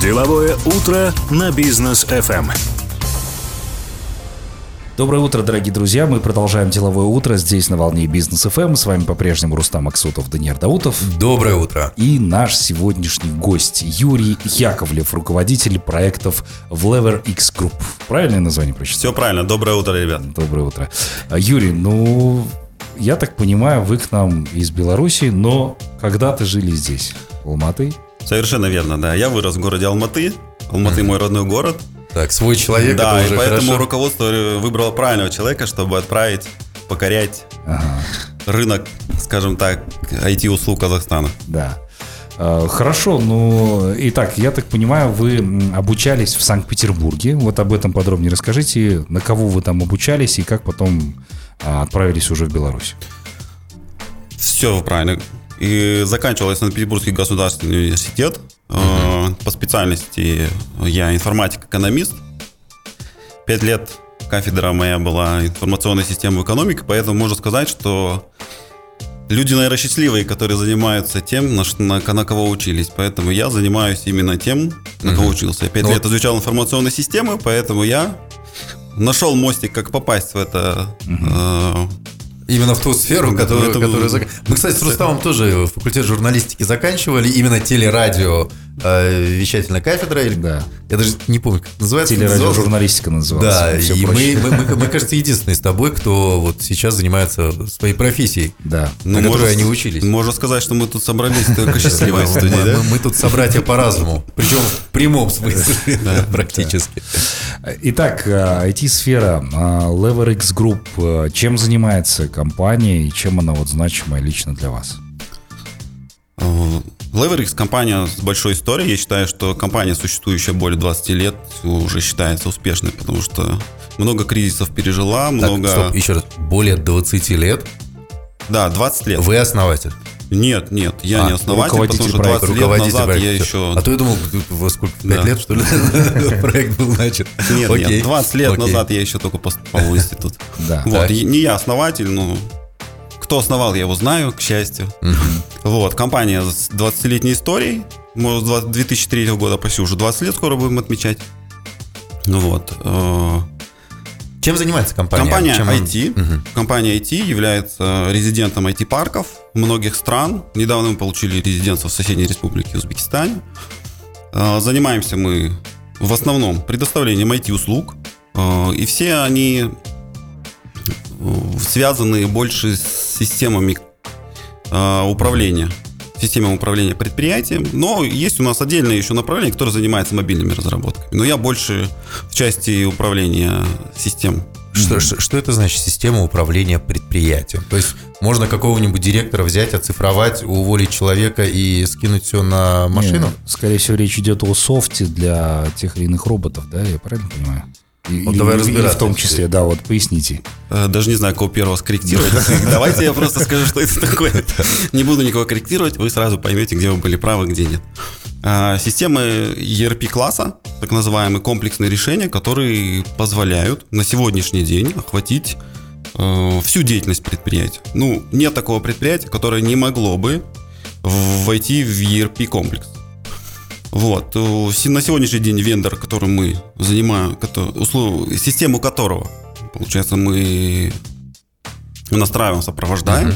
Деловое утро на Бизнес FM. Доброе утро, дорогие друзья. Мы продолжаем деловое утро здесь на волне Бизнес FM. С вами по-прежнему Рустам Аксутов, Даниил Даутов. Доброе утро. И наш сегодняшний гость Юрий Яковлев, руководитель проектов в LeverX Group. Правильное название прочитал? Все правильно. Доброе утро, ребят. Доброе утро. Юрий, я так понимаю, вы к нам из Беларуси, но когда-то жили здесь, в Алматы. Совершенно верно, да. Я вырос в городе Алматы. Алматы мой родной город. Так, свой человек, да, это и уже поэтому хорошо. Руководство выбрало правильного человека, чтобы отправить, покорять рынок, скажем так, IT-услуг Казахстана. Да. Хорошо, итак, я так понимаю, вы обучались в Санкт-Петербурге. Вот об этом подробнее расскажите, на кого вы там обучались и как потом отправились уже в Беларусь. Все правильно. И заканчивал Санкт-Петербургский государственный университет. По специальности я информатик-экономист. 5 лет кафедра моя была информационной системы экономики, поэтому можно сказать, что люди, наверное, счастливые, которые занимаются тем, на кого учились. Поэтому я занимаюсь именно тем, на кого учился. Я 5 лет изучал информационные системы, поэтому я нашел мостик, как попасть в это... Именно в ту сферу, которую... Мы, кстати, с Рустамом тоже факультет журналистики заканчивали. Именно телерадио вещательная кафедра. Да. Я даже не помню, как называется. Телерадиожурналистика называлась. Да, и мы, кажется, единственные с тобой, кто вот сейчас занимается своей профессией, да. на которой они учились. Можно сказать, что мы тут собрались только счастливые студии, да? Мы тут собратья по разуму. Причем в прямом смысле практически. Итак, IT-сфера, LeverX Group, чем занимается компания и чем она значимая лично для вас? LeverX компания с большой историей. Я считаю, что компания, существующая более 20 лет, уже считается успешной, потому что много кризисов пережила, много... Стоп, еще раз. Более 20 лет? Да, 20 лет. Вы основатель? Нет, я не основатель, потому что 20 лет назад я еще... А то я думал, во сколько, 5 лет, что ли, проект был начат? Нет, 20 лет назад я еще только поступал в институт. Вот, не я основатель, но... Кто основал, я его знаю, к счастью. Вот, компания с 20-летней историей. Мы с 2003 года почти уже 20 лет скоро будем отмечать. Чем занимается компания? Компания IT. Компания IT является резидентом IT-парков многих стран. Недавно мы получили резидентство в соседней республике Узбекистане. Занимаемся мы в основном предоставлением IT-услуг. И все они связаны больше с системами управления предприятием, но есть у нас отдельное еще направление, которое занимается мобильными разработками. Но я больше в части управления систем. Что это значит, система управления предприятием? То есть можно какого-нибудь директора взять, оцифровать, уволить человека и скинуть все на машину? Нет, скорее всего, речь идет о софте для тех или иных роботов, да, я правильно понимаю? Давай разбираться. В том числе, да, поясните. Даже не знаю, кого первого скорректировать. Давайте я просто скажу, что это такое. Не буду никого корректировать, вы сразу поймете, где вы были правы, где нет. Системы ERP-класса, так называемые комплексные решения, которые позволяют на сегодняшний день охватить всю деятельность предприятия. Нет такого предприятия, которое не могло бы войти в ERP-комплекс. Вот. На сегодняшний день вендор, которым мы занимаем, систему которого, получается, мы настраиваем, сопровождаем,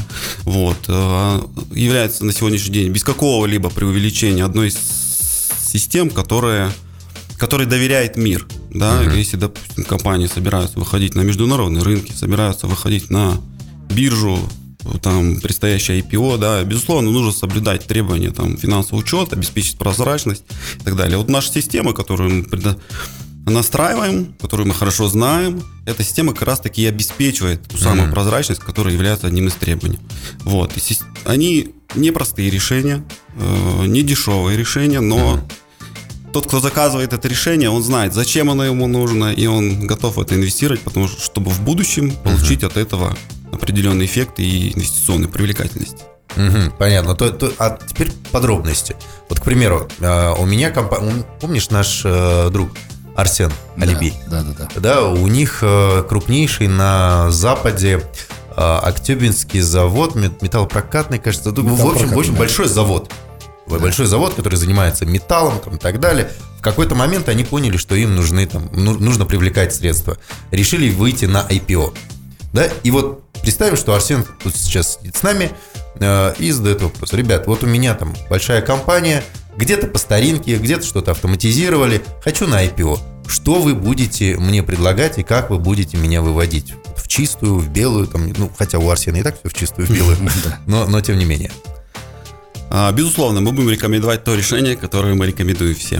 является на сегодняшний день без какого-либо преувеличения одной из систем, которой доверяет мир. Да? Если, допустим, компании собираются выходить на международные рынки, собираются выходить на биржу, там предстоящее IPO, да, безусловно, нужно соблюдать требования финансового учета, обеспечить прозрачность и так далее. Вот наша система, которую мы настраиваем, которую мы хорошо знаем, эта система как раз-таки и обеспечивает ту самую прозрачность, которая является одним из требований. Вот. Они непростые решения, не дешевые решения, но тот, кто заказывает это решение, он знает, зачем оно ему нужно, и он готов в это инвестировать, потому что, чтобы в будущем получить от этого определенный эффект и инвестиционной привлекательности. Понятно. А теперь подробности. Вот, к примеру, у меня компания... Помнишь наш друг Арсен Алиби? Да, у них крупнейший на Западе Октябринский завод, металлопрокатный, кажется. В общем, большой завод. большой завод, который занимается металлом там, и так далее. В какой-то момент они поняли, что им нужно привлекать средства. Решили выйти на IPO. Да? И вот представим, что Арсен тут сейчас сидит с нами и задает вопрос. Ребят, вот у меня там большая компания, где-то по старинке, где-то что-то автоматизировали, хочу на IPO. Что вы будете мне предлагать и как вы будете меня выводить? В чистую, в белую, там, хотя у Арсена и так все в чистую, в белую, но тем не менее. Безусловно, мы будем рекомендовать то решение, которое мы рекомендуем всем.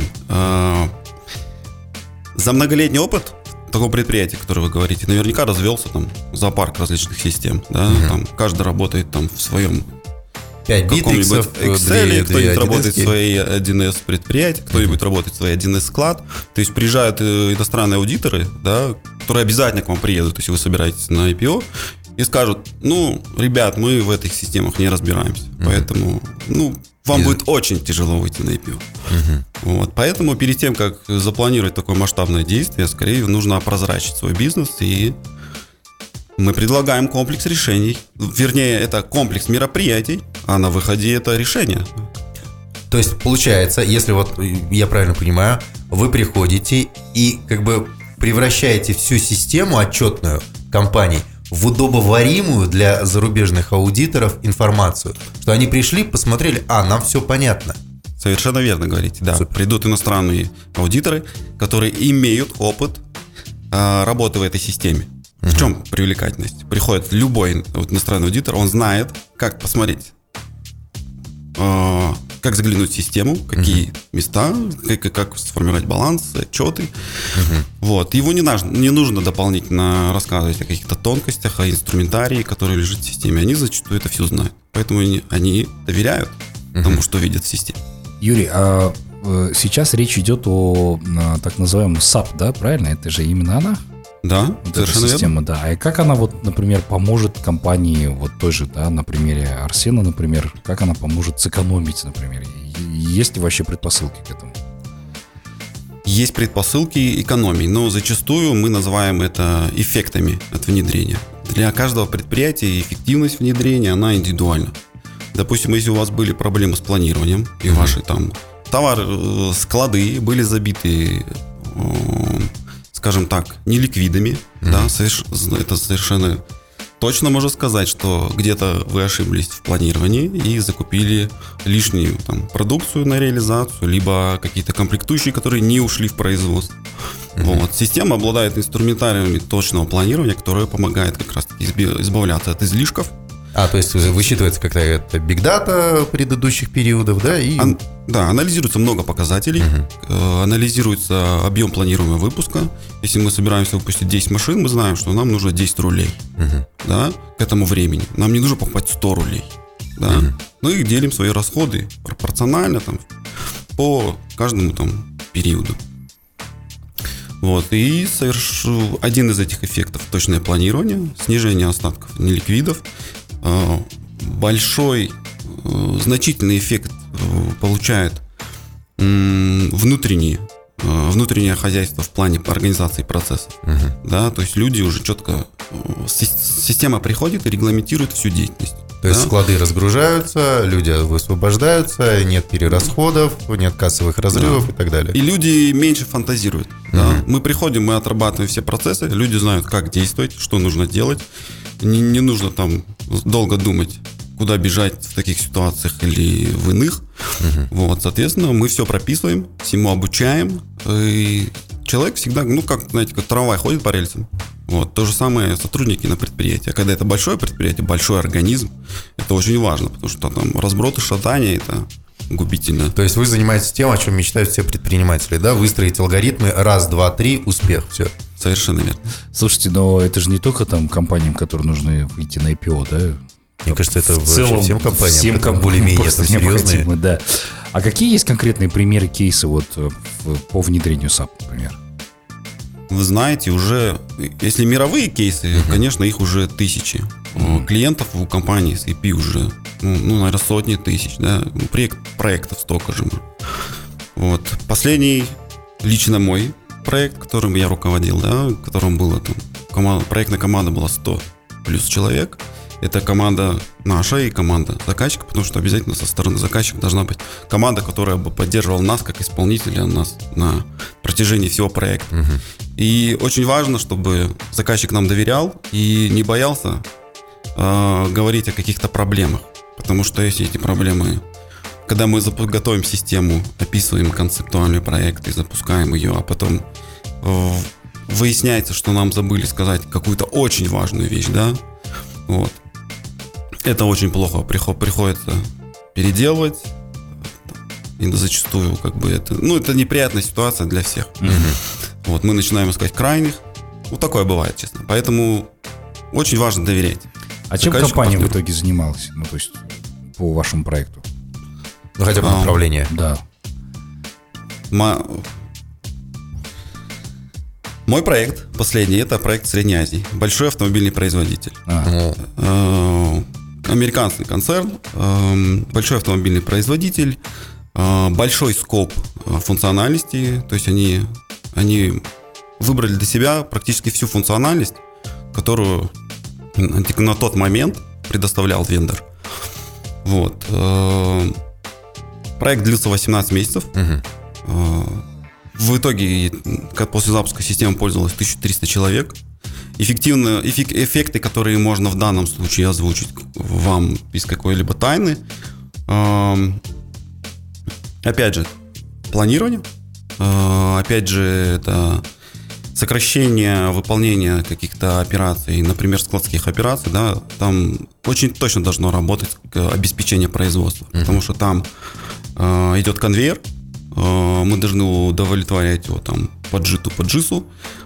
За многолетний опыт такого предприятия, которое вы говорите, наверняка развелся там зоопарк различных систем. Да? Там, каждый работает там в своем 5 каком-нибудь Excel, кто-нибудь работает в 1С. своей 1С предприятии, кто-нибудь работает в своей 1С склад. То есть приезжают иностранные аудиторы, да, которые обязательно к вам приедут, если вы собираетесь на IPO, и скажут, ребят, мы в этих системах не разбираемся, поэтому, вам будет очень тяжело выйти на IPO. Вот, поэтому перед тем, как запланировать такое масштабное действие, скорее нужно опрозрачить свой бизнес, и мы предлагаем комплекс решений. Вернее, это комплекс мероприятий, а на выходе это решение. То есть, получается, если вот я правильно понимаю, вы приходите и как бы превращаете всю систему отчетную компаний в удобоваримую для зарубежных аудиторов информацию. Что они пришли, посмотрели, нам все понятно. Совершенно верно говорите, да. Супер. Придут иностранные аудиторы, которые имеют опыт работы в этой системе. В чем привлекательность? Приходит любой иностранный аудитор, он знает, как посмотреть, как заглянуть в систему, какие места, как сформировать баланс, отчеты. Вот. Его не нужно дополнительно рассказывать о каких-то тонкостях, о инструментарии, который лежит в системе. Они зачастую это все знают. Поэтому они доверяют тому, что видят в системе. Юрий, а сейчас речь идет о так называемом SAP, да, правильно? Это же именно она? Да, вот совершенно эта система, верно. Да. И как она например, поможет компании вот той же, да, на примере Арсена, например, как она поможет сэкономить, например? Есть ли вообще предпосылки к этому? Есть предпосылки экономии, но зачастую мы называем это эффектами от внедрения. Для каждого предприятия эффективность внедрения, она индивидуальна. Допустим, если у вас были проблемы с планированием, и ваши там склады были забиты, скажем так, неликвидами, да, это совершенно точно можно сказать, что где-то вы ошиблись в планировании и закупили лишнюю продукцию на реализацию, либо какие-то комплектующие, которые не ушли в производство. Вот. Система обладает инструментариями точного планирования, которое помогает как раз избавляться от излишков. То есть высчитывается какая-то бигдата предыдущих периодов, да? Да, анализируется много показателей, анализируется объем планируемого выпуска. Если мы собираемся выпустить 10 машин, мы знаем, что нам нужно 10 рулей, да, к этому времени. Нам не нужно покупать 100 рулей, да. И делим свои расходы пропорционально по каждому периоду. Вот. И один из этих эффектов – точное планирование, снижение остатков неликвидов. Большой, значительный эффект получает внутреннее хозяйство в плане организации процессов. Да, то есть люди уже четко, система приходит и регламентирует всю деятельность. То есть склады разгружаются, люди высвобождаются, нет перерасходов, нет кассовых разрывов и так далее. И люди меньше фантазируют. Да. Мы приходим, мы отрабатываем все процессы, люди знают, как действовать, что нужно делать. Не нужно долго думать, куда бежать в таких ситуациях или в иных. Вот, соответственно, мы все прописываем, всему обучаем. И человек всегда, как трамвай ходит по рельсам. Вот, то же самое сотрудники на предприятии. Когда это большое предприятие, большой организм, это очень важно, потому что разброд и шатание – это губительно. То есть вы занимаетесь тем, о чем мечтают все предприниматели, да? Выстроить алгоритмы, 1, 2, 3, успех, все. Совершенно верно. Слушайте, но это же не только компаниям, которые нужны выйти на IPO, да? Мне кажется, это в целом всем компаниям, всем более-менее серьезные. Да. А какие есть конкретные примеры, кейсы по внедрению SAP, например? Вы знаете, уже, если мировые кейсы, конечно, их уже тысячи. Клиентов у компании с IP уже, наверное, сотни тысяч, да, проектов столько же. Вот. Последний, лично мой проект, которым я руководил, да, в котором было проектная команда была 100 плюс человек. Это команда наша и команда заказчика, потому что обязательно со стороны заказчика должна быть команда, которая бы поддерживала нас как исполнителя, нас на протяжении всего проекта. И очень важно, чтобы заказчик нам доверял и не боялся говорить о каких-то проблемах. Потому что если эти проблемы, когда мы готовим систему, описываем концептуальный проект и запускаем ее, а потом выясняется, что нам забыли сказать какую-то очень важную вещь, да, вот. Это очень плохо, приходится переделывать, и зачастую как бы это неприятная ситуация для всех. Вот, мы начинаем искать крайних, вот такое бывает, честно, поэтому очень важно доверять. А чем компания в итоге занималась, то есть по вашему проекту? Ну, хотя бы направление. Да. Мой проект последний, это проект Средней Азии. Большой автомобильный производитель. Американский концерн, большой автомобильный производитель, большой скоп функциональности. То есть они выбрали для себя практически всю функциональность, которую на тот момент предоставлял вендор. Вот. Проект длился 18 месяцев. В итоге, после запуска системы пользовалось 1300 человек. Эффекты, которые можно в данном случае озвучить вам без какой-либо тайны. Опять же, планирование. Опять же, это сокращение выполнения каких-то операций, например, складских операций. Да, там очень точно должно работать обеспечение производства. Потому что там идет конвейер. Мы должны удовлетворять его там по джиту.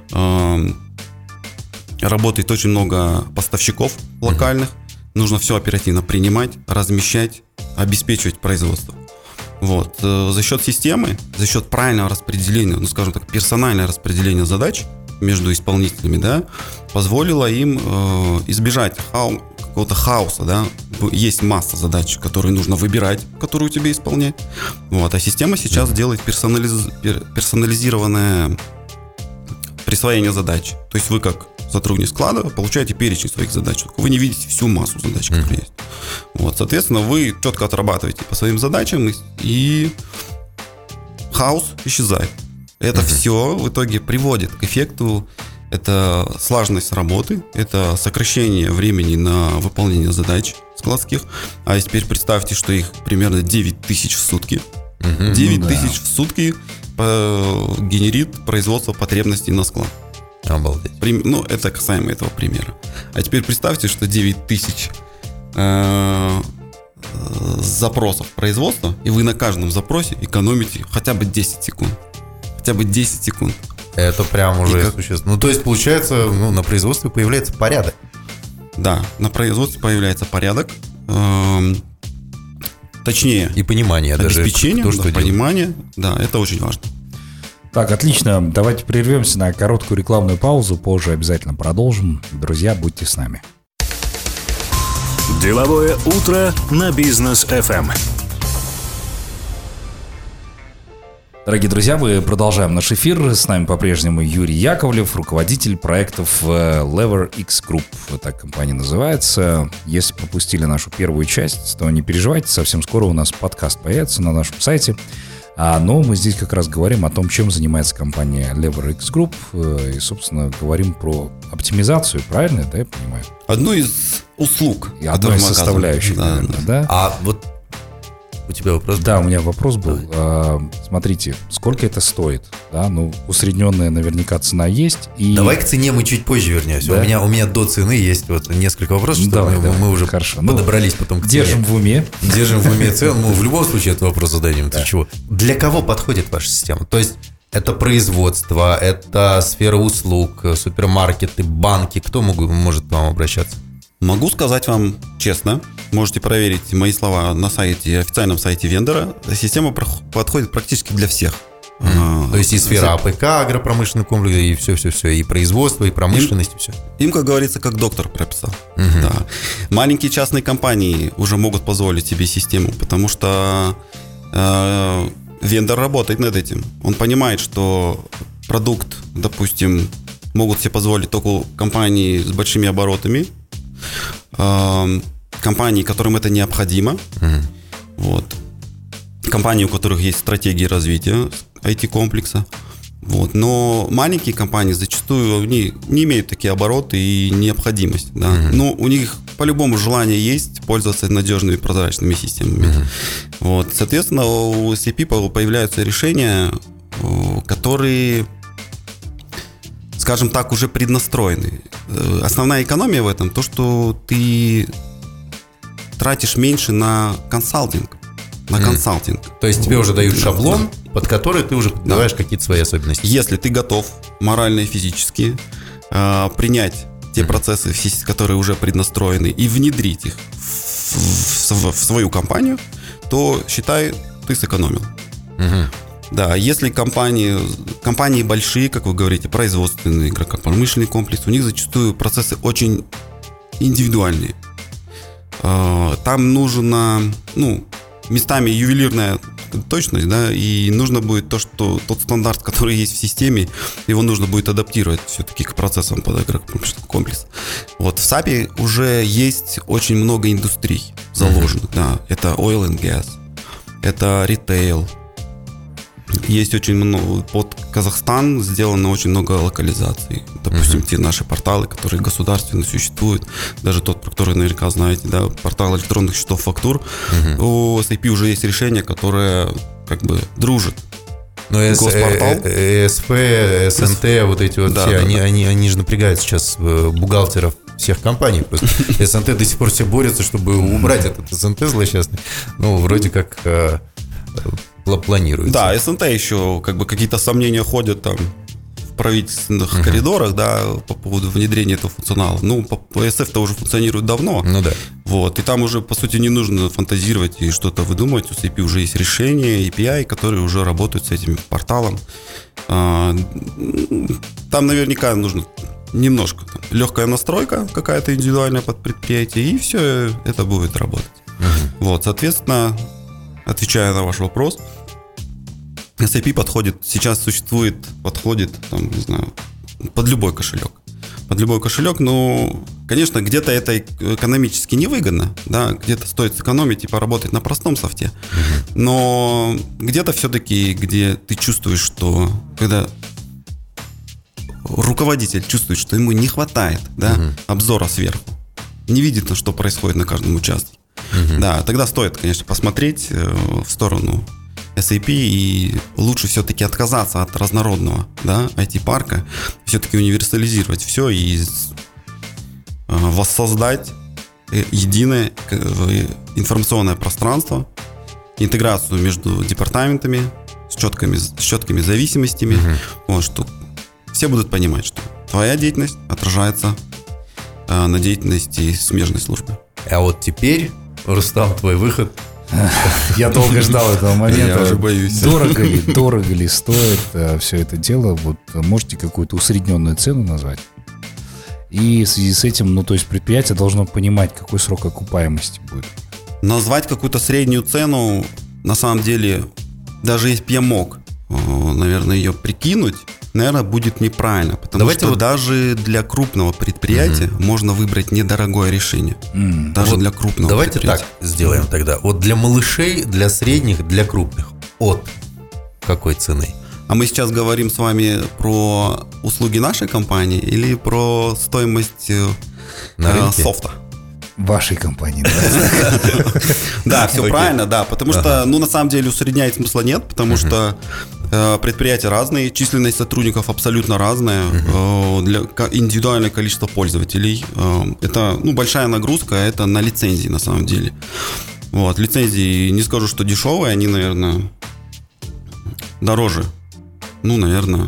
Работает очень много поставщиков локальных. Нужно все оперативно принимать, размещать, обеспечивать производство. Вот. За счет системы, за счет правильного распределения, скажем так, персонального распределения задач между исполнителями, да, позволило им избежать какого-то хаоса, да. Есть масса задач, которые нужно выбирать, которые у тебя исполнять. Вот. А система сейчас делает персонализированное присвоение задач. То есть вы как сотрудник склада получаете перечень своих задач. Вы не видите всю массу задач, которые есть. Вот. Соответственно, вы четко отрабатываете по своим задачам, и хаос исчезает. Это все в итоге приводит к эффекту. Это слаженность работы, это сокращение времени на выполнение задач складских. А теперь представьте, что их примерно 9 тысяч в сутки. 9 тысяч в сутки генерит производство потребностей на склад. Обалдеть. Это касаемо этого примера. А теперь представьте, что 9 тысяч запросов производства, и вы на каждом запросе экономите хотя бы 10 секунд. Хотя бы 10 секунд. Это прям уже существенно. То есть, получается, на производстве появляется порядок. Да, на производстве появляется порядок. Точнее, и понимание обеспечение, даже, понимание. Да, это очень важно. Так, отлично. Давайте прервемся на короткую рекламную паузу. Позже обязательно продолжим. Друзья, будьте с нами. Деловое утро на Бизнес FM. Дорогие друзья, мы продолжаем наш эфир. С нами по-прежнему Юрий Яковлев, руководитель проектов Lever X Group. Так компания называется. Если пропустили нашу первую часть, то не переживайте. Совсем скоро у нас подкаст появится на нашем сайте. Но мы здесь как раз говорим о том, чем занимается компания Lever X Group. И, собственно, говорим про оптимизацию, правильно, да, я понимаю? Одну из услуг. И одну из составляющих, наверное, да? А вот у тебя вопрос? Да, у меня вопрос был. Смотрите, сколько это стоит? Да, усредненная наверняка цена есть. И... Давай к цене мы чуть позже вернемся. Да? У меня до цены есть вот несколько вопросов, что мы уже подобрались потом к цене. Держим в уме. Держим в уме цену. В любом случае этот вопрос зададим. Да. Чего? Для кого подходит ваша система? То есть это производство, это сфера услуг, супермаркеты, банки. Кто может к вам обращаться? Могу сказать вам честно, можете проверить мои слова на сайте, официальном сайте вендора. Система подходит практически для всех. То есть и сфера АПК, агропромышленный комплекс, и все, и производство, и промышленность, и все. Им, как говорится, как доктор прописал. Да. Маленькие частные компании уже могут позволить себе систему, потому что вендор работает над этим. Он понимает, что продукт, допустим, могут себе позволить только компании с большими оборотами. компании, которым это необходимо. Вот. Компании, у которых есть стратегии развития IT-комплекса. Вот. Но маленькие компании зачастую они не имеют такие обороты и необходимость. Да? Но у них по-любому желание есть пользоваться надежными прозрачными системами. Вот. Соответственно, у SAP появляются решения, которые, скажем так, уже преднастроены. Основная экономия в этом то, что ты тратишь меньше на консалтинг. То есть тебе уже дают шаблон, под который ты уже подбиваешь какие-то свои особенности. Если ты готов морально и физически принять те процессы, которые уже преднастроены, и внедрить их в свою компанию, то, считай, ты сэкономил. Да, если компании большие, как вы говорите, производственные, игроко-промышленный комплекс, у них зачастую процессы очень индивидуальные. Там нужно, местами ювелирная точность, да, и нужно будет тот стандарт, который есть в системе, его нужно будет адаптировать все-таки к процессам под игроко-промышленный комплекс. Вот в SAP уже есть очень много индустрий заложенных, да, это oil and gas, это retail. Есть очень много, под Казахстан сделано очень много локализаций. Допустим, те наши порталы, которые государственно существуют, даже тот, про который наверняка знаете, да, портал электронных счетов фактур, у SAP уже есть решение, которое как бы дружит. Но ЭСП, СНТ, вот эти вот все, они же напрягают сейчас бухгалтеров всех компаний. Просто СНТ до сих пор все борются, чтобы убрать этот СНТ злосчастный. Вроде как планируется. Да, СНТ еще как бы какие-то сомнения ходят там в правительственных коридорах, да, по поводу внедрения этого функционала. СФ-то уже функционирует давно. Да. Вот, и там уже, по сути, не нужно фантазировать и что-то выдумывать. У SAP уже есть решения, API, которые уже работают с этим порталом. Там наверняка нужно немножко легкая настройка какая-то индивидуальная под предприятие, и все это будет работать. Вот, соответственно, отвечая на ваш вопрос, SAP подходит там, не знаю, под любой кошелек. Но, конечно, где-то это экономически невыгодно, да, где-то стоит сэкономить и поработать на простом софте. Но где-то все-таки, где ты чувствуешь, что когда руководитель чувствует, что ему не хватает, да, обзора сверху, не видит, что происходит на каждом участке. Да, тогда стоит, конечно, посмотреть в сторону SAP, и лучше все-таки отказаться от разнородного, да, IT-парка, все-таки универсализировать все и воссоздать единое информационное пространство, интеграцию между департаментами с четкими зависимостями, вот, что все будут понимать, что твоя деятельность отражается на деятельности смежной службы. А вот теперь, Рустам, твой выход. Я долго ждал этого момента. Я уже боюсь. Дорого ли стоит все это дело? Вот можете какую-то усредненную цену назвать? И в связи с этим, то есть предприятие должно понимать, какой срок окупаемости будет. Назвать какую-то среднюю цену, на самом деле, даже если бы я мог, наверное, ее прикинуть, наверное, будет неправильно. Потому что даже для крупного предприятия можно выбрать недорогое решение. Даже для крупного предприятия. Давайте так сделаем тогда. Вот для малышей, для средних, для крупных. От какой цены? А мы сейчас говорим с вами про услуги нашей компании или про стоимость софта? Вашей компании, да? Да, все правильно, да. Потому что, на самом деле, усреднять смысла нет, потому что предприятия разные, численность сотрудников абсолютно разная, индивидуальное количество пользователей. Это, большая нагрузка, это на лицензии, на самом деле. Вот, лицензии, не скажу, что дешевые, они, наверное, дороже, наверное,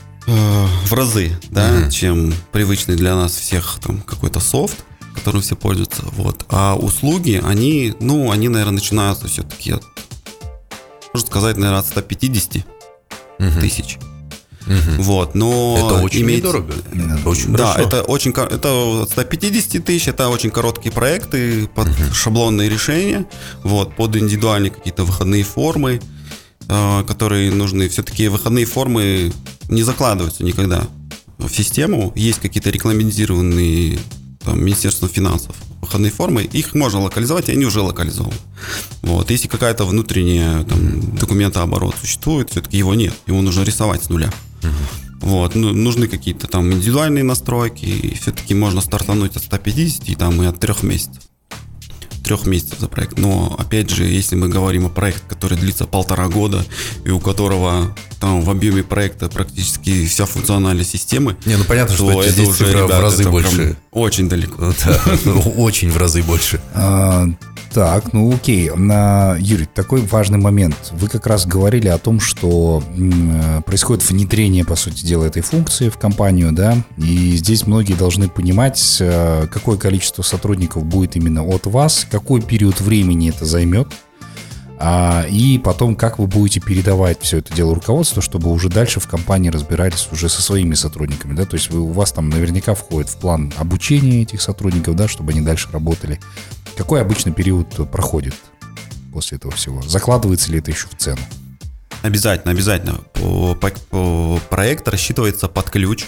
в разы, да, чем привычный для нас всех там какой-то софт, которым все пользуются. Вот. А услуги, они, наверное, начинаются все-таки от, можно сказать, наверное, от 150 тысяч. Вот, но это очень недорого. Очень да, хорошо. Это от 150 тысяч, это очень короткие проекты под шаблонные решения, вот, под индивидуальные какие-то выходные формы, которые нужны. Все-таки выходные формы не закладываются никогда в систему. Есть какие-то рекламированные Министерством финансов выходные формы, их можно локализовать, и они уже локализованы. Вот. Если какая-то внутренняя документооборот существует, все-таки его нет, его нужно рисовать с нуля. Вот. Нужны какие-то там индивидуальные настройки, и все-таки можно стартануть от 150 и от 3 месяцев. 3 месяцев за проект. Но, опять же, если мы говорим о проекте, который длится 1,5 года, и у которого там в объеме проекта практически вся функциональность системы, понятно, что это здесь уже, цифра в разы больше. Очень далеко. Очень в разы больше. Так, окей. Юрий, такой важный момент. Вы как раз говорили о том, что происходит внедрение, по сути дела, этой функции в компанию, да, и здесь многие должны понимать, какое количество сотрудников будет именно от вас, какой период времени это займет, и потом, как вы будете передавать все это дело руководству, чтобы уже дальше в компании разбирались уже со своими сотрудниками, да, то есть у вас там наверняка входит в план обучения этих сотрудников, да, чтобы они дальше работали. Какой обычный период проходит после этого всего? Закладывается ли это еще в цену? Обязательно. Проект рассчитывается под ключ.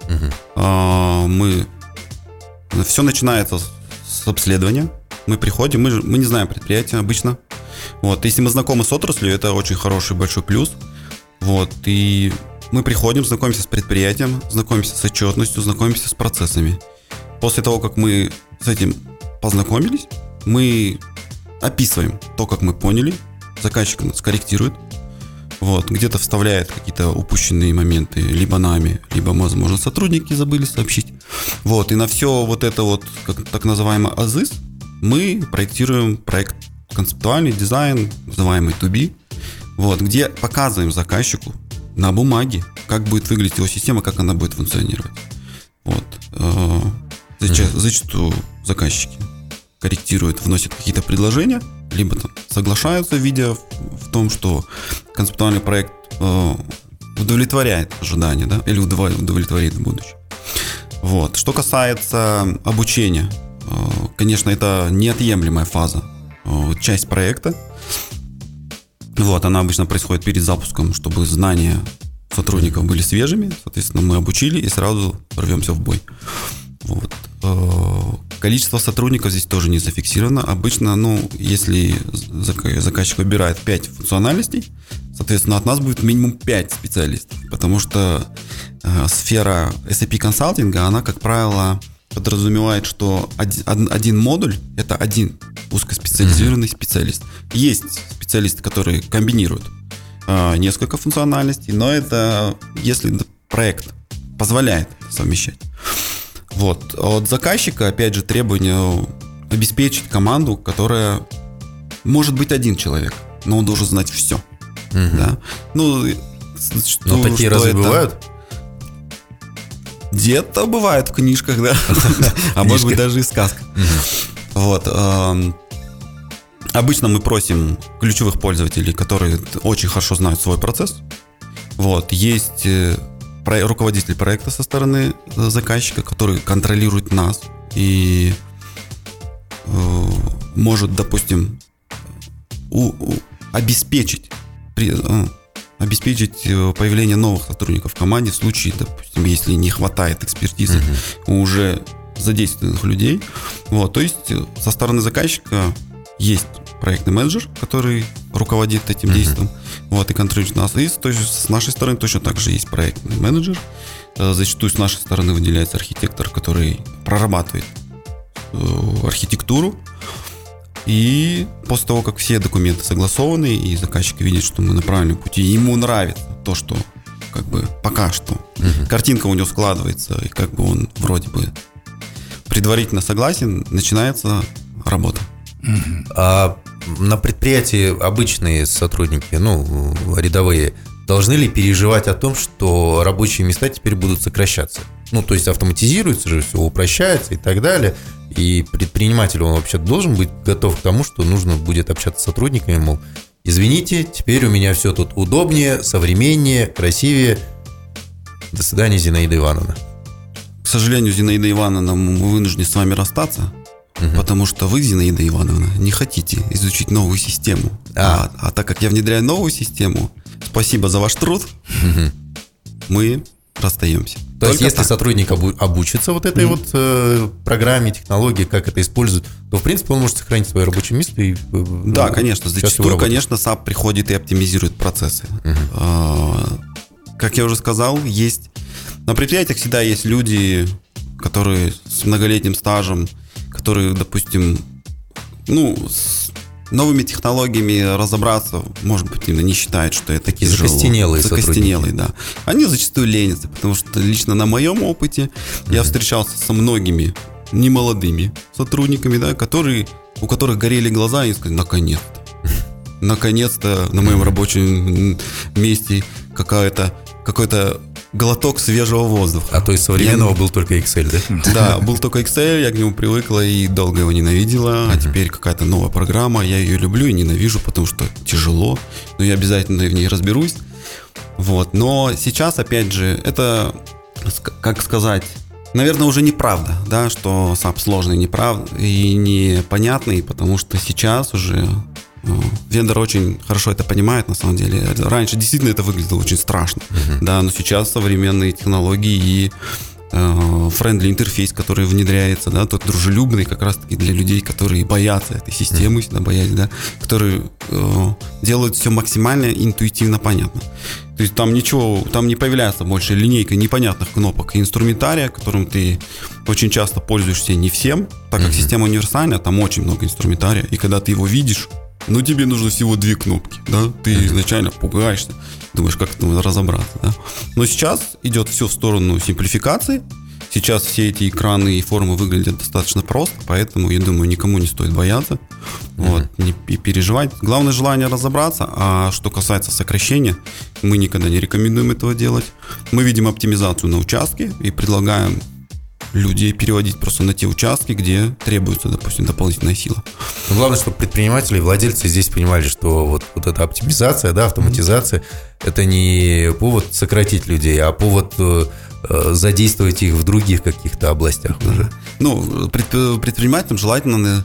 Все начинается с обследования. Мы приходим, мы не знаем предприятия обычно. Вот. Если мы знакомы с отраслью, это очень хороший большой плюс. Вот. И мы приходим, знакомимся с предприятием, знакомимся с отчетностью, знакомимся с процессами. После того, как мы с этим познакомились, мы описываем то, как мы поняли, заказчик нас корректирует, вот, где-то вставляет какие-то упущенные моменты либо нами, либо, возможно, сотрудники забыли сообщить. Вот, и на все вот это вот, как так называемый АЗИС, мы проектируем проект концептуальный дизайн, называемый To Be, вот, где показываем заказчику на бумаге, как будет выглядеть его система, как она будет функционировать. Вот. Зачастую заказчики корректируют, вносят какие-то предложения, либо там соглашаются, видя в том, что концептуальный проект удовлетворяет ожидания, да, или удовлетворит в будущем. Вот. Что касается обучения, конечно, это неотъемлемая фаза, часть проекта. Вот, она обычно происходит перед запуском, чтобы знания сотрудников были свежими, соответственно, мы обучили и сразу рвемся в бой. Вот. Количество сотрудников здесь тоже не зафиксировано. Обычно, если заказчик выбирает 5 функциональностей, соответственно, от нас будет минимум 5 специалистов, потому что сфера SAP консалтинга, она, как правило, подразумевает, что один модуль – это один узкоспециализированный специалист. Есть специалисты, которые комбинируют несколько функциональностей, но это если проект позволяет совмещать. Вот. От заказчика, опять же, требование обеспечить команду, которая может быть один человек, но он должен знать все. Да? Но такие разве бывают? Где-то бывает в книжках, да. А может быть даже и в сказках. Вот. Обычно мы просим ключевых пользователей, которые очень хорошо знают свой процесс. Вот. Есть руководитель проекта со стороны заказчика, который контролирует нас и может, допустим, обеспечить появление новых сотрудников в команде в случае, допустим, если не хватает экспертизы у уже задействованных людей. Вот, то есть со стороны заказчика есть проектный менеджер, который руководит этим действием, вот, и контролирует нас. И с нашей стороны точно так же есть проектный менеджер. Зачастую с нашей стороны выделяется архитектор, который прорабатывает архитектуру. И после того, как все документы согласованы, и заказчик видит, что мы на правильном пути, ему нравится то, что как бы пока что картинка у него складывается, и как бы он вроде бы предварительно согласен, начинается работа. А на предприятии обычные сотрудники, рядовые, должны ли переживать о том, что рабочие места теперь будут сокращаться? То есть автоматизируется же все, упрощается и так далее. И предприниматель, он вообще должен быть готов к тому, что нужно будет общаться с сотрудниками, мол, извините, теперь у меня все тут удобнее, современнее, красивее. До свидания, Зинаида Ивановна. К сожалению, Зинаида Ивановна, мы вынуждены с вами расстаться, потому что вы, Зинаида Ивановна, не хотите изучить новую систему. А так как я внедряю новую систему, спасибо за ваш труд, мы расстаемся. То есть, если сотрудник обучится вот этой вот программе, технологии, как это используют, то, в принципе, он может сохранить свое рабочее место. И, да, конечно. Зачастую, конечно, SAP приходит и оптимизирует процессы. Как я уже сказал, на предприятиях всегда есть люди, которые с многолетним стажем, которые, допустим, с новыми технологиями разобраться, может быть, именно не считают, что это такие закостенелые сотрудники. Да. Они зачастую ленятся, потому что лично на моем опыте я встречался со многими немолодыми сотрудниками, да, у которых горели глаза и сказали: наконец-то на моем рабочем месте какой-то глоток свежего воздуха. А то из современного был только Excel, да? Да, был только Excel, я к нему привыкла и долго его ненавидела, а теперь какая-то новая программа, я ее люблю и ненавижу, потому что тяжело, но я обязательно в ней разберусь. Вот. Но сейчас, опять же, это, как сказать, наверное, уже неправда, да, что SAP сложный и непонятный, потому что сейчас уже вендор очень хорошо это понимает, на самом деле. Раньше действительно это выглядело очень страшно, да, но сейчас современные технологии и friendly интерфейс, который внедряется, да, тот дружелюбный как раз-таки для людей, которые боятся этой системы, всегда боятся, да, которые делают все максимально интуитивно понятно. То есть там не появляется больше линейка непонятных кнопок и инструментария, которым ты очень часто пользуешься не всем, так как система универсальная, там очень много инструментария, и когда ты его видишь, тебе нужно всего 2 кнопки, да, ты изначально пугаешься, думаешь, как это разобраться, да. Но сейчас идет все в сторону симплификации, сейчас все эти экраны и формы выглядят достаточно просто, поэтому, я думаю, никому не стоит бояться, не переживать. Главное желание разобраться, а что касается сокращения, мы никогда не рекомендуем этого делать. Мы видим оптимизацию на участке и предлагаем людей переводить просто на те участки, где требуется, допустим, дополнительная сила. Но главное, чтобы предприниматели и владельцы здесь понимали, что вот эта оптимизация, да, автоматизация, это не повод сократить людей, а повод задействовать их в других каких-то областях уже. Предпринимателям желательно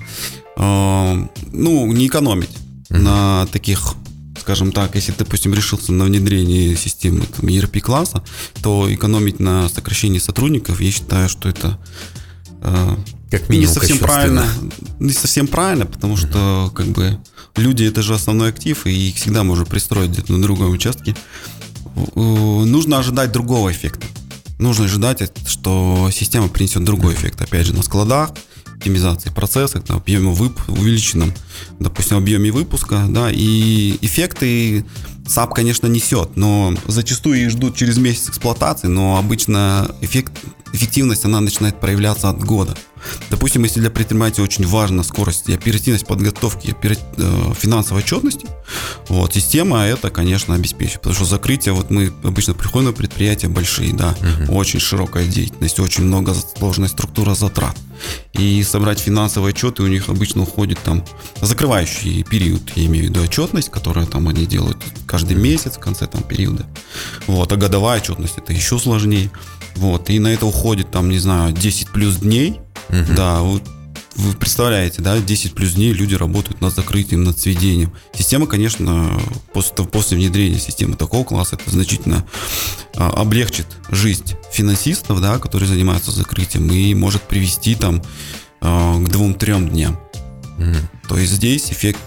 не экономить на таких, скажем так, если ты, допустим, решился на внедрение системы ERP-класса, то экономить на сокращении сотрудников, я считаю, что это как минимум не совсем правильно, потому что люди — это же основной актив, и их всегда можно пристроить где-то на другом участке. Нужно ожидать другого эффекта. Нужно ожидать, что система принесет другой эффект. Опять же, на складах, оптимизации процессов, на увеличенном, допустим, объеме выпуска, да, и эффекты SAP, конечно, несет, но зачастую их ждут через месяц эксплуатации, но обычно эффективность, она начинает проявляться от года. Допустим, если для предпринимателя очень важна скорость и оперативность подготовки финансовой отчетности, система это, конечно, обеспечивает. Потому что закрытие, мы обычно приходим на предприятия большие, да, очень широкая деятельность, очень много сложная структура затрат. И собрать финансовые отчеты у них обычно уходит закрывающий период, я имею в виду отчетность, которую они делают каждый месяц в конце периода. А годовая отчетность это еще сложнее. И на это уходит 10 плюс дней. Да, вы представляете, да, 10 плюс дней люди работают над закрытием, над сведением. Система, конечно, после внедрения системы такого класса, это значительно облегчит жизнь финансистов, да, которые занимаются закрытием, и может привести к 2-3 дням. То есть здесь эффект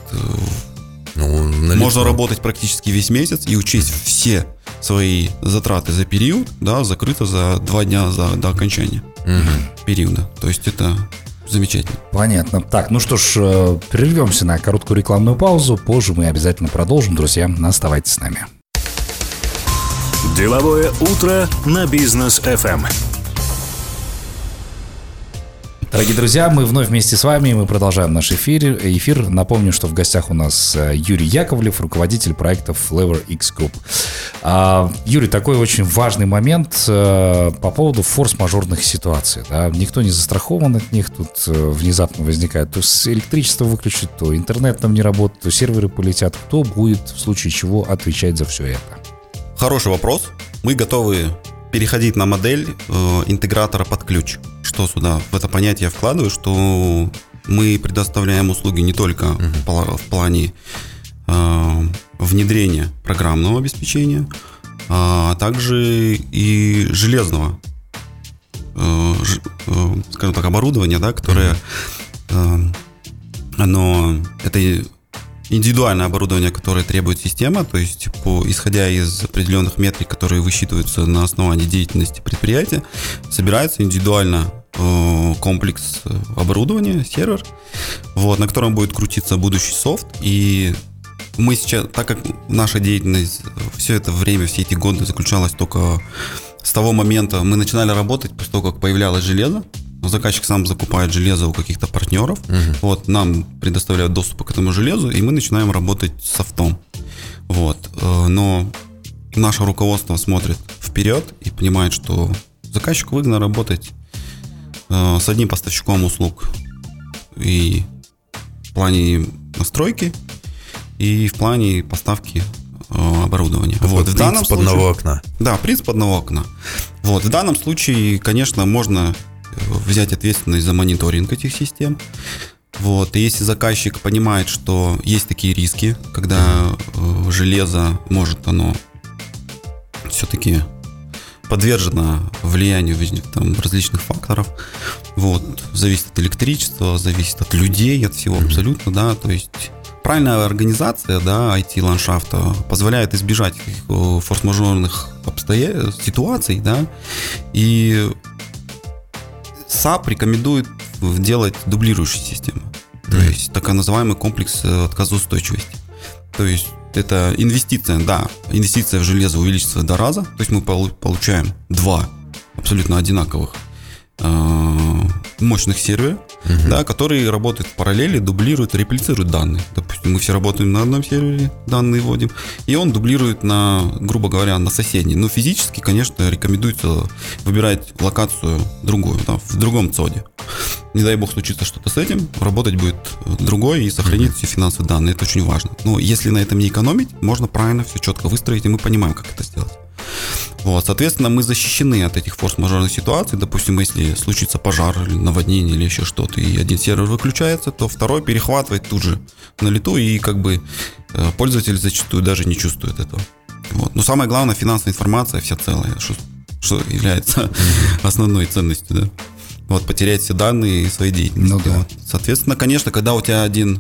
можно работать практически весь месяц и учесть все свои затраты за период, да, закрыто за 2 дня до окончания периода. То есть это замечательно. Понятно. Так, что ж, прервемся на короткую рекламную паузу. Позже мы обязательно продолжим, друзья. Оставайтесь с нами. Деловое утро на Бизнес FM. Дорогие друзья, мы вновь вместе с вами, мы продолжаем наш эфир. Напомню, что в гостях у нас Юрий Яковлев, руководитель проектов Lever X Group. Юрий, такой очень важный момент по поводу форс-мажорных ситуаций. Да? Никто не застрахован от них, тут внезапно возникает. То электричество выключит, то интернет там не работает, то серверы полетят. Кто будет в случае чего отвечать за все это? Хороший вопрос. Мы готовы переходить на модель интегратора под ключ. Что сюда в это понятие вкладываю, что мы предоставляем услуги не только в плане внедрения программного обеспечения, а также и железного скажем так, оборудование, да, которое это индивидуальное оборудование, которое требует система, то есть исходя из определенных метрик, которые высчитываются на основании деятельности предприятия, собирается индивидуально комплекс оборудования, сервер, на котором будет крутиться будущий софт. И мы сейчас, так как наша деятельность все это время, все эти годы заключалась только с того момента, мы начинали работать после того, как появлялось железо. Заказчик сам закупает железо у каких-то партнеров, нам предоставляют доступ к этому железу, и мы начинаем работать с софтом. Но наше руководство смотрит вперед и понимает, что заказчику выгодно работать с одним поставщиком услуг и в плане настройки, и в плане поставки оборудования. В данном случае, одного окна. Да, принцип одного окна. В данном случае, конечно, можно взять ответственность за мониторинг этих систем. И если заказчик понимает, что есть такие риски, когда железо может оно все-таки подвержено влиянию различных факторов, зависит от электричества, зависит от людей, от всего абсолютно, да, то есть правильная организация, да, IT-ландшафта позволяет избежать форс-мажорных ситуаций, да, и САП рекомендует делать дублирующие системы, то есть так называемый комплекс отказоустойчивости. То есть это инвестиция в железо увеличится в 2 раза, то есть мы получаем 2 абсолютно одинаковых мощных сервера, да, которые работают в параллели, дублируют, реплицируют данные. Допустим, мы все работаем на одном сервере, данные вводим, и он дублирует грубо говоря, на соседний. Но физически, конечно, рекомендуется выбирать локацию другую, в другом ЦОДе. Не дай бог случится что-то с этим, работать будет другой и сохранить все финансовые данные. Это очень важно. Но если на этом не экономить, можно правильно все четко выстроить, и мы понимаем, как это сделать. Соответственно, мы защищены от этих форс-мажорных ситуаций. Допустим, если случится пожар или наводнение или еще что-то, и один сервер выключается, то второй перехватывает тут же на лету, и пользователь зачастую даже не чувствует этого. Но самое главное, финансовая информация вся целая, что является основной ценностью, да. Потерять все данные и свои деятельности. Соответственно, конечно, когда у тебя один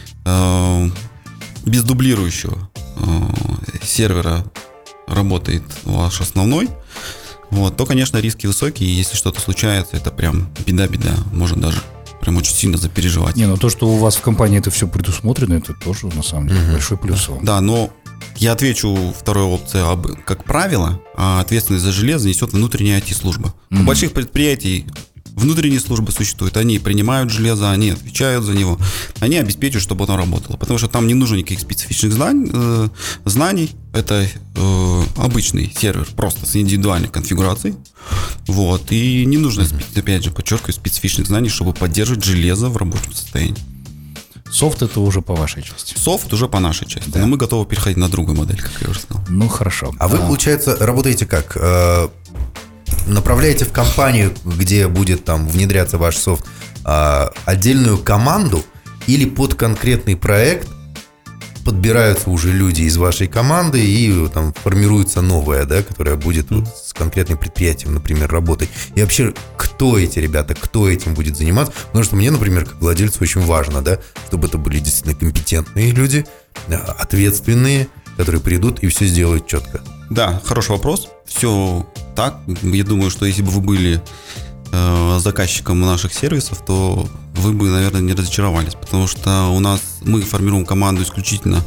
без дублирующего сервера работает ваш основной, то, конечно, риски высокие, и если что-то случается, это прям беда, можно даже прям очень сильно запереживать. То, что у вас в компании это все предусмотрено, это тоже, на самом деле, большой плюс. Да, но я отвечу второй опции. Как правило, ответственность за железо несет внутренняя IT-служба. У больших предприятий внутренние службы существуют, они принимают железо, они отвечают за него, они обеспечивают, чтобы оно работало, потому что там не нужно никаких специфичных знаний, это обычный сервер, просто с индивидуальной конфигурацией, и не нужно, опять же, подчеркиваю, специфичных знаний, чтобы поддерживать железо в рабочем состоянии. Софт это уже по вашей части. Софт уже по нашей части, но мы готовы переходить на другую модель, как я уже сказал. Хорошо. А вы, получается, работаете как? Направляете в компанию, где будет внедряться ваш софт, отдельную команду, или под конкретный проект подбираются уже люди из вашей команды и формируется новая, да, которая будет с конкретным предприятием, например, работать. И вообще, кто эти ребята, кто этим будет заниматься? Потому что мне, например, как владельцу очень важно, да, чтобы это были действительно компетентные люди, ответственные, которые придут и все сделают четко. Да, хороший вопрос. Все так. Я думаю, что если бы вы были заказчиком наших сервисов, то вы бы, наверное, не разочаровались, потому что мы формируем команду исключительно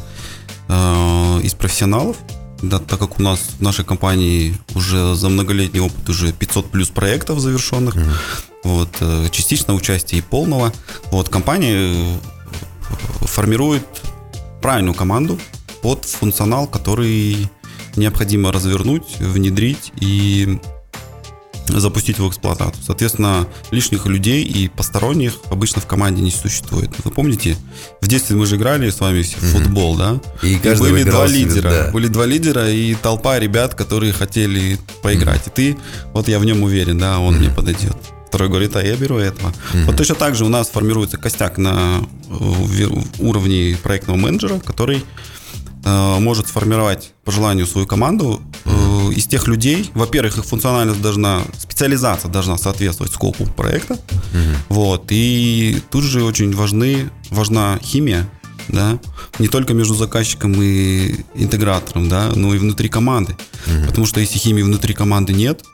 из профессионалов, да, так как у нас в нашей компании уже за многолетний опыт уже 500 плюс проектов завершенных, частично участие и полного. Компания формирует правильную команду под функционал, который необходимо развернуть, внедрить и запустить в эксплуатацию. Соответственно, лишних людей и посторонних обычно в команде не существует. Вы помните, в детстве мы же играли с вами все в футбол, да? И были 2 лидера. Да. Были 2 лидера и толпа ребят, которые хотели поиграть. И ты, я в нем уверен, да, он мне подойдет. Второй говорит, я беру этого. Точно так же у нас формируется костяк на уровне проектного менеджера, который может сформировать по желанию свою команду из тех людей. Во-первых, их функциональность специализация должна соответствовать скопу проекта. Вот. И тут же очень важна химия, да, не только между заказчиком и интегратором, да, но и внутри команды. Потому что если химии внутри команды нет,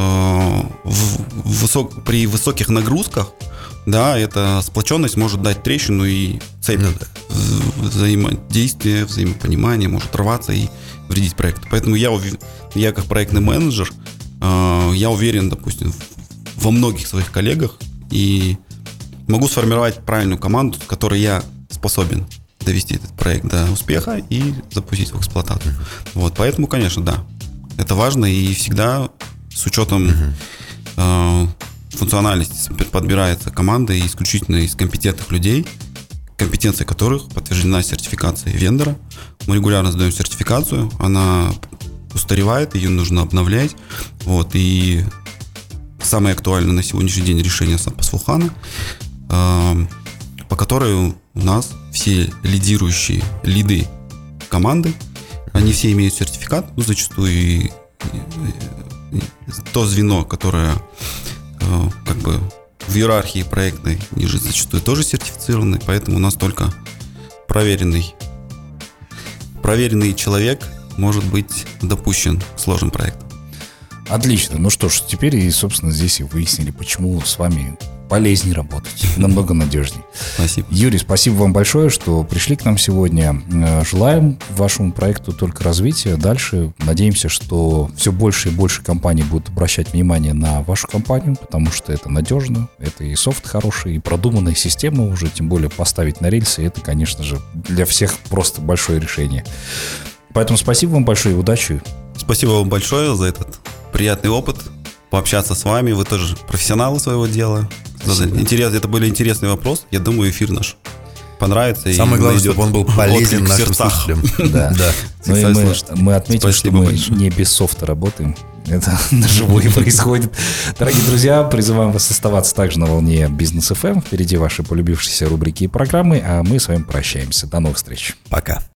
при высоких нагрузках, да, эта сплоченность может дать трещину и цепь взаимодействия, взаимопонимания может рваться и вредить проекту. Поэтому я как проектный менеджер, я уверен, допустим, во многих своих коллегах и могу сформировать правильную команду, с которой я способен довести этот проект до успеха и запустить в эксплуатацию. Вот, поэтому, конечно, да, это важно и всегда с учетом функциональности подбирается команда исключительно из компетентных людей, компетенция которых подтверждена сертификацией вендора. Мы регулярно сдаем сертификацию, она устаревает, ее нужно обновлять. Вот, и самое актуальное на сегодняшний день решение SAP S/4HANA, по которой у нас все лидирующие лиды команды, они все имеют сертификат, ну, зачастую и то звено, которое как бы в иерархии проектной ниже, зачастую тоже сертифицированы, поэтому у нас только проверенный человек может быть допущен к сложным проектам. Отлично. Ну что ж, теперь и, собственно, здесь и выяснили, почему с вами полезнее работать, намного надежнее. Спасибо. Юрий, спасибо вам большое, что пришли к нам сегодня. Желаем вашему проекту только развития. Дальше надеемся, что все больше и больше компаний будут обращать внимание на вашу компанию, потому что это надежно, это и софт хороший, и продуманная система уже, тем более поставить на рельсы, это, конечно же, для всех просто большое решение. Поэтому спасибо вам большое и удачи. Спасибо вам большое за этот приятный опыт, пообщаться с вами. Вы тоже профессионалы своего дела. Это были интересные вопросы. Я думаю, эфир наш понравится. Самое главное, чтобы он был полезен нашим слушателям. Да. Ну и мы отметим, что мы не без софта работаем. Это наживую происходит. Дорогие друзья, призываем вас оставаться также на волне Бизнес FM. Впереди ваши полюбившиеся рубрики и программы, а мы с вами прощаемся. До новых встреч. Пока.